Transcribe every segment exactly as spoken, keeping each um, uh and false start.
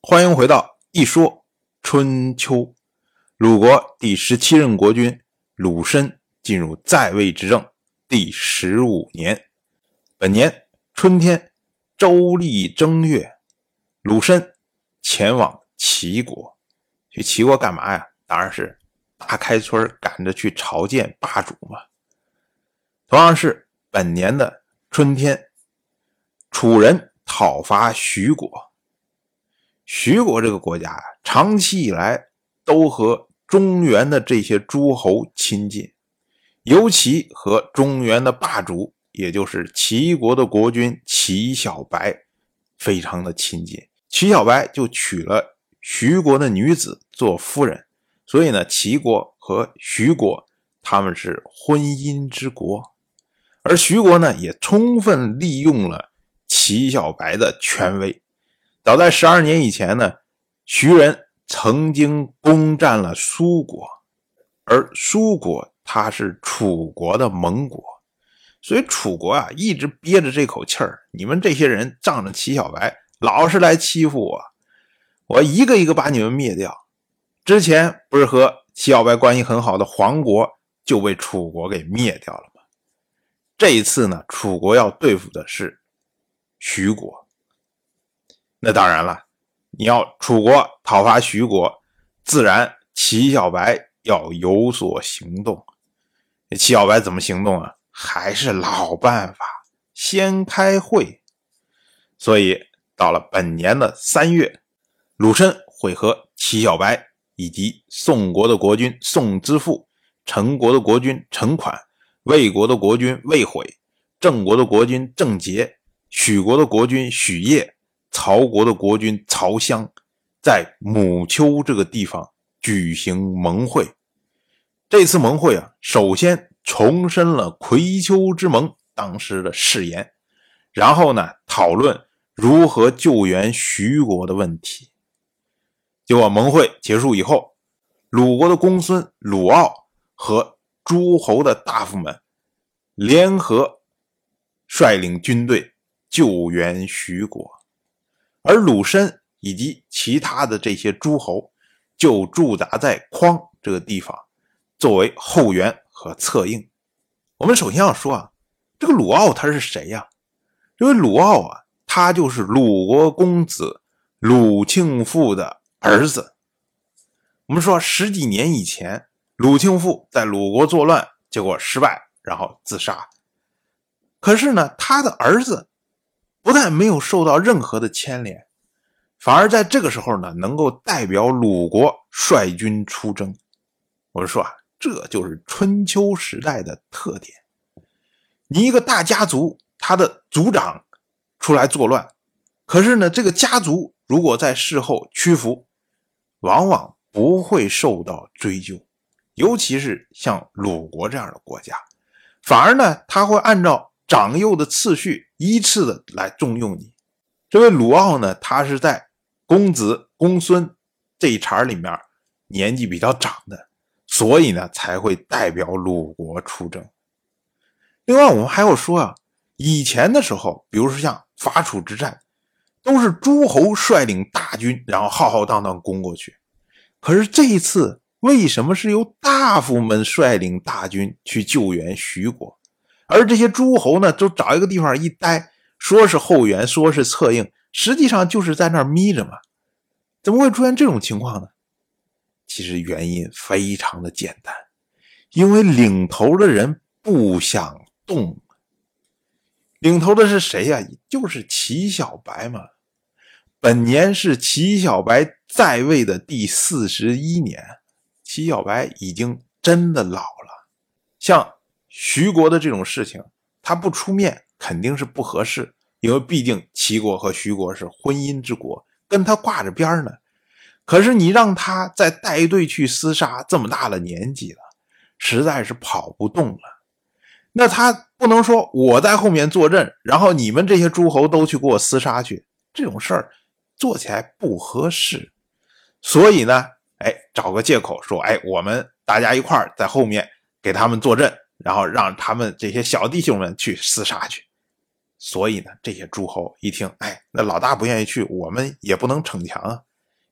欢迎回到一说春秋。鲁国第十七任国君鲁申进入在位执政第十五年。本年春天，周历正月，鲁申前往齐国。去齐国干嘛呀？当然是大开春赶着去朝见霸主嘛。同样是本年的春天，楚人讨伐徐国。徐国这个国家啊，长期以来都和中原的这些诸侯亲近，尤其和中原的霸主，也就是齐国的国君齐小白非常的亲近。齐小白就娶了徐国的女子做夫人，所以呢，齐国和徐国他们是婚姻之国。而徐国呢，也充分利用了齐小白的权威。早在十二年以前呢，徐人曾经攻占了苏国，而苏国它是楚国的盟国，所以楚国啊一直憋着这口气儿，你们这些人仗着齐小白老是来欺负我，我一个一个把你们灭掉。之前不是和齐小白关系很好的黄国就被楚国给灭掉了吗？这一次呢，楚国要对付的是徐国。那当然了，你要楚国讨伐徐国，自然齐小白要有所行动。齐小白怎么行动啊？还是老办法，先开会。所以到了本年的三月，鲁申会和齐小白以及宋国的国君宋之父、陈国的国君陈款、魏国的国君魏悔、郑国的国君郑杰、许国的国君许业、曹国的国君曹襄，在母丘这个地方举行盟会。这次盟会啊，首先重申了葵丘之盟当时的誓言，然后呢，讨论如何救援徐国的问题。结果盟会结束以后，鲁国的公孙鲁傲和诸侯的大夫们联合率领军队救援徐国。而鲁申以及其他的这些诸侯就驻扎在匡这个地方，作为后援和策应。我们首先要说啊，这个鲁傲他是谁呀？这位鲁傲啊，他就是鲁国公子鲁庆父的儿子。我们说十几年以前，鲁庆父在鲁国作乱，结果失败，然后自杀。可是呢，他的儿子不但没有受到任何的牵连，反而在这个时候呢，能够代表鲁国率军出征。我们说啊，这就是春秋时代的特点。你一个大家族，他的族长出来作乱，可是呢，这个家族如果在事后屈服，往往不会受到追究，尤其是像鲁国这样的国家，反而呢，他会按照长幼的次序依次的来重用你。这位鲁傲呢，他是在公子公孙这一茬里面年纪比较长的，所以呢才会代表鲁国出征。另外我们还要说啊，以前的时候，比如说像伐楚之战，都是诸侯率领大军，然后浩浩荡荡攻过去。可是这一次为什么是由大夫们率领大军去救援徐国，而这些诸侯呢都找一个地方一待，说是后援，说是策应，实际上就是在那儿眯着嘛。怎么会出现这种情况呢？其实原因非常的简单，因为领头的人不想动。领头的是谁呀？就是齐小白嘛。本年是齐小白在位的第四十一年，齐小白已经真的老了。像徐国的这种事情，他不出面肯定是不合适，因为毕竟齐国和徐国是婚姻之国，跟他挂着边呢。可是你让他再带队去厮杀，这么大了年纪了，实在是跑不动了。那他不能说我在后面坐镇，然后你们这些诸侯都去给我厮杀去，这种事儿做起来不合适。所以呢，哎，找个借口说，哎，我们大家一块儿在后面给他们坐镇，然后让他们这些小弟兄们去厮杀去。所以呢，这些诸侯一听，哎，那老大不愿意去，我们也不能逞强啊，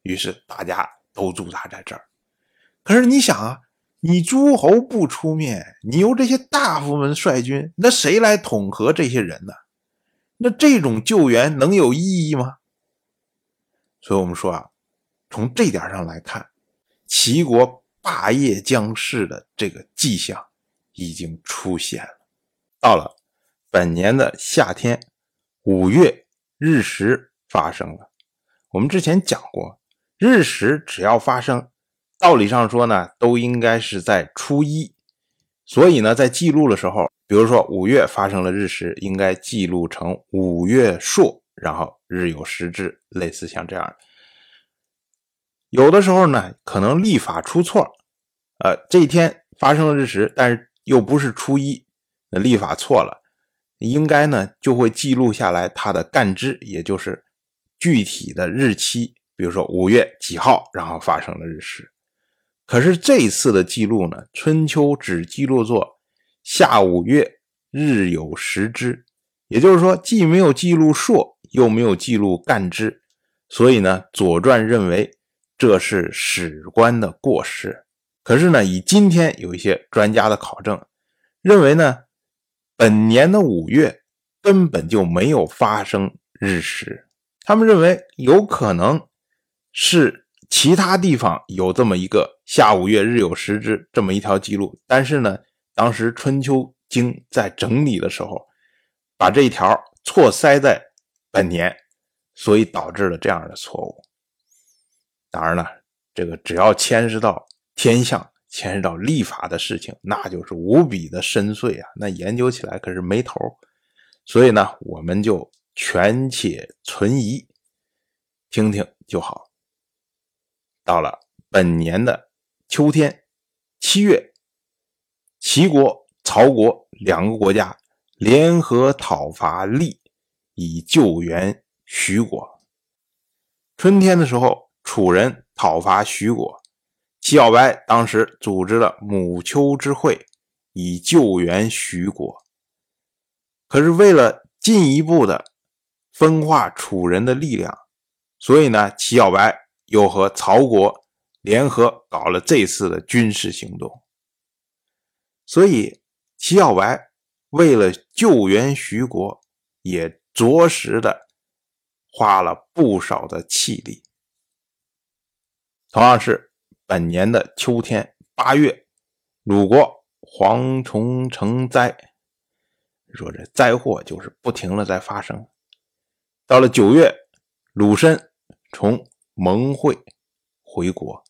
于是大家都驻扎在这儿。可是你想啊，你诸侯不出面，你由这些大夫们率军，那谁来统合这些人呢？那这种救援能有意义吗？所以我们说啊，从这点上来看，齐国霸业将逝的这个迹象已经出现了。到了本年的夏天，五月日食发生了。我们之前讲过，日食只要发生，道理上说呢，都应该是在初一。所以呢，在记录的时候，比如说五月发生了日食，应该记录成五月朔，然后日有食之，类似像这样。有的时候呢，可能历法出错，呃，这一天发生了日食，但是又不是初一，那历法错了，应该呢就会记录下来它的干支，也就是具体的日期，比如说五月几号，然后发生了日食。可是这一次的记录呢，春秋只记录作夏五月日有食之，也就是说既没有记录朔，又没有记录干支，所以呢，左传认为这是史官的过失。可是呢，以今天有一些专家的考证，认为呢，本年的五月根本就没有发生日食。他们认为有可能是其他地方有这么一个夏五月日有食之这么一条记录，但是呢，当时春秋经在整理的时候，把这一条错塞在本年，所以导致了这样的错误。当然了，这个只要牵涉到天象，牵涉到历法的事情，那就是无比的深邃啊，那研究起来可是没头。所以呢，我们就权且存疑，听听就好。到了本年的秋天，七月，齐国、曹国两个国家联合讨伐厉，以救援徐国。春天的时候，楚人讨伐徐国，齐小白当时组织了母丘之会，以救援徐国。可是为了进一步的分化楚人的力量，所以呢，齐小白又和曹国联合搞了这次的军事行动。所以齐小白为了救援徐国，也着实的花了不少的气力。同样是本年的秋天八月，鲁国蝗虫成灾，说这灾祸就是不停的在发生。到了九月，鲁申从盟会回国。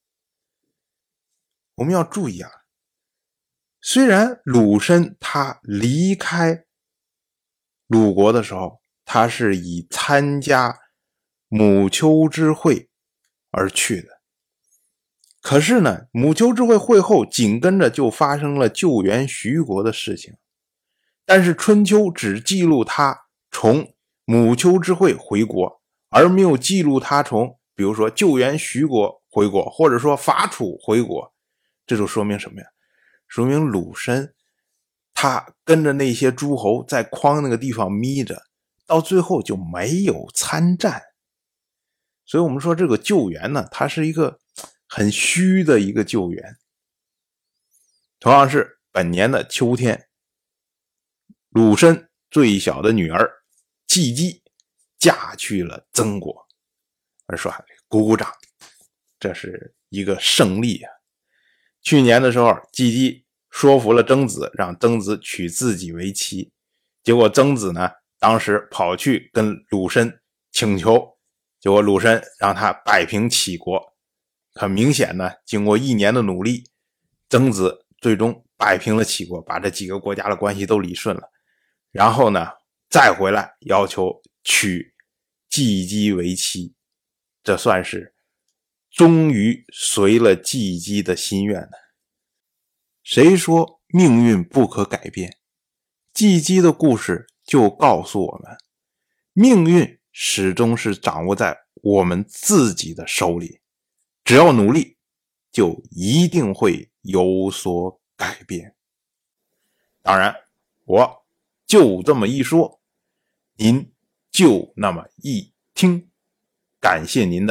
我们要注意啊，虽然鲁申他离开鲁国的时候，他是以参加母丘之会而去的，可是呢，母丘之会会后紧跟着就发生了救援徐国的事情，但是春秋只记录他从母丘之会回国，而没有记录他从比如说救援徐国回国，或者说伐楚回国。这就说明什么呀？说明鲁申他跟着那些诸侯在匡那个地方眯着，到最后就没有参战。所以我们说这个救援呢，它是一个很虚的一个救援。同样是本年的秋天，鲁申最小的女儿季姬嫁去了曾国。而说鼓鼓掌，这是一个胜利啊！去年的时候，季姬说服了曾子，让曾子娶自己为妻。结果曾子呢，当时跑去跟鲁申请求，结果鲁申让他摆平齐国。很明显呢，经过一年的努力，曾子最终摆平了齐国，把这几个国家的关系都理顺了。然后呢，再回来要求娶季姬为妻，这算是终于随了季姬的心愿呢。谁说命运不可改变？季姬的故事就告诉我们，命运始终是掌握在我们自己的手里，只要努力，就一定会有所改变。当然，我就这么一说，您就那么一听，感谢您的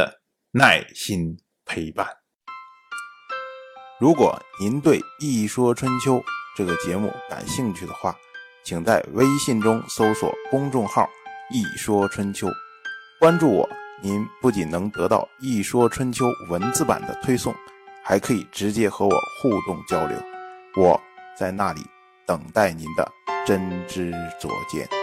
耐心陪伴。如果您对《一说春秋》这个节目感兴趣的话，请在微信中搜索公众号“一说春秋”，关注我，您不仅能得到《一说春秋》文字版的推送，还可以直接和我互动交流，我在那里等待您的真知灼见。